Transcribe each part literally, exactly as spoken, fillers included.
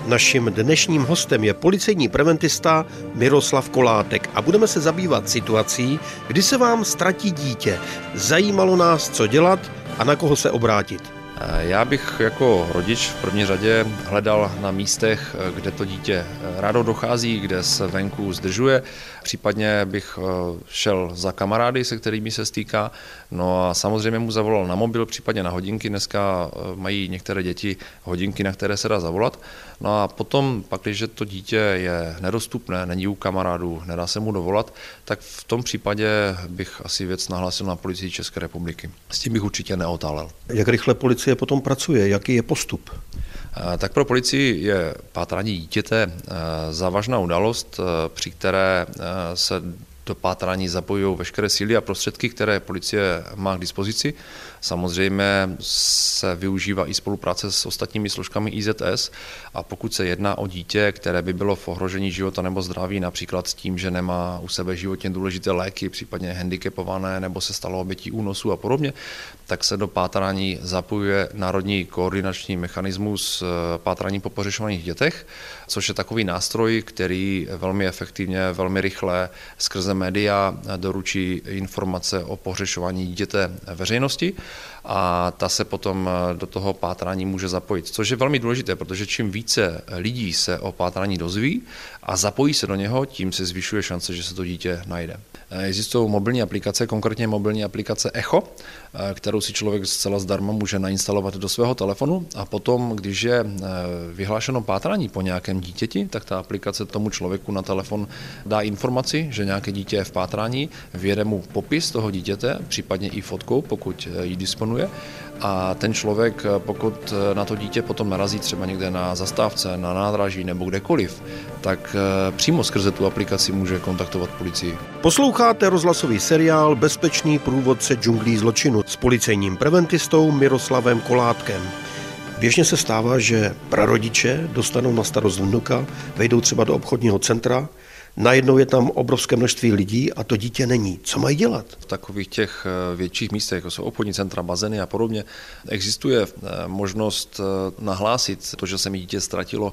Naším dnešním hostem je policejní preventista Miroslav Kolátek a budeme se zabývat situací, kdy se vám ztratí dítě. Zajímalo nás, co dělat a na koho se obrátit. Já bych jako rodič v první řadě hledal na místech, kde to dítě rádo dochází, kde se venku zdržuje. Případně bych šel za kamarády, se kterými se stýká. No a samozřejmě mu zavolal na mobil, případně na hodinky. Dneska mají některé děti hodinky, na které se dá zavolat. No a potom, pak, když to dítě je nedostupné, není u kamarádů, nedá se mu dovolat, tak v tom případě bych asi věc nahlásil na Policii České republiky. S tím bych určitě neotálel. Jak rychle policie potom pracuje? Jaký je postup? Tak pro policii je pátrání dítěte závažná událost, při které se do pátrání zapojují veškeré síly a prostředky, které policie má k dispozici. Samozřejmě se využívá i spolupráce s ostatními složkami I Z S a pokud se jedná o dítě, které by bylo v ohrožení života nebo zdraví, například s tím, že nemá u sebe životně důležité léky, případně handicapované nebo se stalo obětí únosu a podobně, tak se do pátrání zapojuje Národní koordinační mechanismus pátrání po pohřešovaných dětech, což je takový nástroj, který velmi efektivně, velmi rychle skrze média doručí informace o pohřešování dítěte veřejnosti a ta se potom do toho pátrání může zapojit. Což je velmi důležité, protože čím více lidí se o pátrání dozví a zapojí se do něho, tím se zvyšuje šance, že se to dítě najde. Existují mobilní aplikace, konkrétně mobilní aplikace Echo, kterou si člověk zcela zdarma může nainstalovat do svého telefonu a potom, když je vyhlášeno pátrání po nějakém dítěti, tak ta aplikace tomu člověku na telefon dá informaci, že nějaké dítě je v pátrání, vyjede mu popis toho dítěte, případně i fotkou, pokud ji disponuje. A ten člověk, pokud na to dítě potom narazí třeba někde na zastávce, na nádraží nebo kdekoliv, tak přímo skrze tu aplikaci může kontaktovat policii. Posloucháte rozhlasový seriál Bezpečný průvodce džunglí zločinu s policejním preventistou Miroslavem Kolátkem. Běžně se stává, že prarodiče dostanou na starost vnuka, vejdou třeba do obchodního centra, najednou je tam obrovské množství lidí a to dítě není. Co mají dělat? V takových těch větších místech, jako jsou obchodní centra, bazény a podobně, existuje možnost nahlásit to, že se mi dítě ztratilo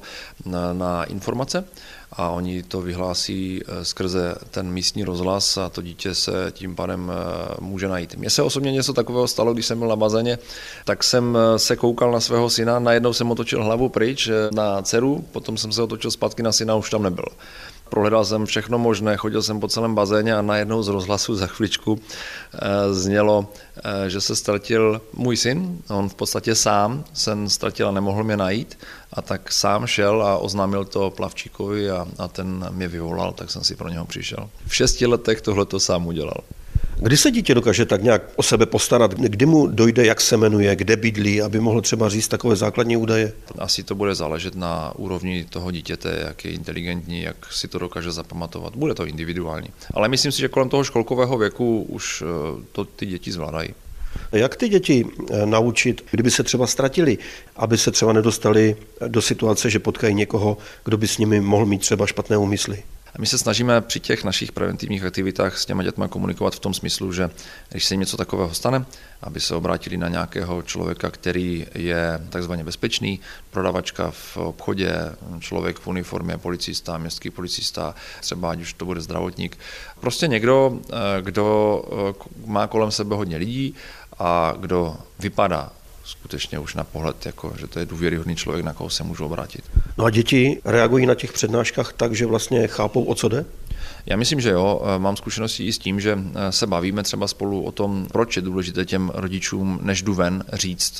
na informace a oni to vyhlásí skrze ten místní rozhlas a to dítě se tím pádem může najít. Mně se osobně něco takového stalo, když jsem byl na bazéně, tak jsem se koukal na svého syna, najednou jsem otočil hlavu pryč na dceru, potom jsem se otočil zpátky na syna, už tam nebyl. Prohledal jsem všechno možné, chodil jsem po celém bazéně a najednou z rozhlasu za chviličku e, znělo, e, že se ztratil můj syn. On v podstatě sám se ztratil a nemohl mě najít a tak sám šel a oznámil to plavčíkovi a, a ten mě vyvolal, tak jsem si pro něho přišel. V šesti letech tohle to sám udělal. Kdy se dítě dokáže tak nějak o sebe postarat? Kdy mu dojde, jak se jmenuje, kde bydlí, aby mohl třeba říct takové základní údaje? Asi to bude záležet na úrovni toho dítěte, jak je inteligentní, jak si to dokáže zapamatovat. Bude to individuální. Ale myslím si, že kolem toho školkového věku už to ty děti zvládají. Jak ty děti naučit, kdyby se třeba ztratili, aby se třeba nedostali do situace, že potkají někoho, kdo by s nimi mohl mít třeba špatné úmysly? My se snažíme při těch našich preventivních aktivitách s těma dětma komunikovat v tom smyslu, že když se jim něco takového stane, aby se obrátili na nějakého člověka, který je takzvaně bezpečný, prodavačka v obchodě, člověk v uniformě, policista, městský policista, třeba ať už to bude zdravotník. Prostě někdo, kdo má kolem sebe hodně lidí a kdo vypadá skutečně už na pohled, jako, že to je důvěryhodný člověk, na koho se můžu obrátit. No a děti reagují na těch přednáškách tak, že vlastně chápou, o co jde? Já myslím, že jo. Mám zkušenosti i s tím, že se bavíme třeba spolu o tom, proč je důležité těm rodičům, než jdu ven, říct,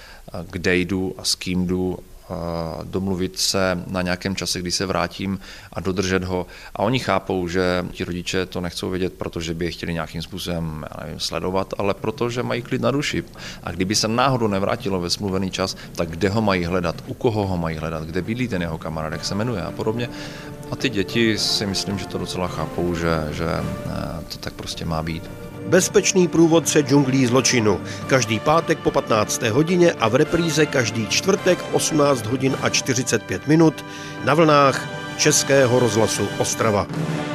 kde jdu a s kým jdu, domluvit se na nějakém čase, kdy se vrátím a dodržet ho. A oni chápou, že ti rodiče to nechcou vědět, protože by je chtěli nějakým způsobem, já nevím, sledovat, ale protože mají klid na duši. A kdyby se náhodou nevrátilo ve smluvený čas, tak kde ho mají hledat, u koho ho mají hledat, kde bydlí ten jeho kamarád, jak se jmenuje a podobně. A ty děti si myslím, že to docela chápou, že, že to tak prostě má být. Bezpečný průvodce džunglí zločinu. Každý pátek po patnácté hodině a v repríze každý čtvrtek osmnáct hodin a čtyřicet pět minut na vlnách Českého rozhlasu Ostrava.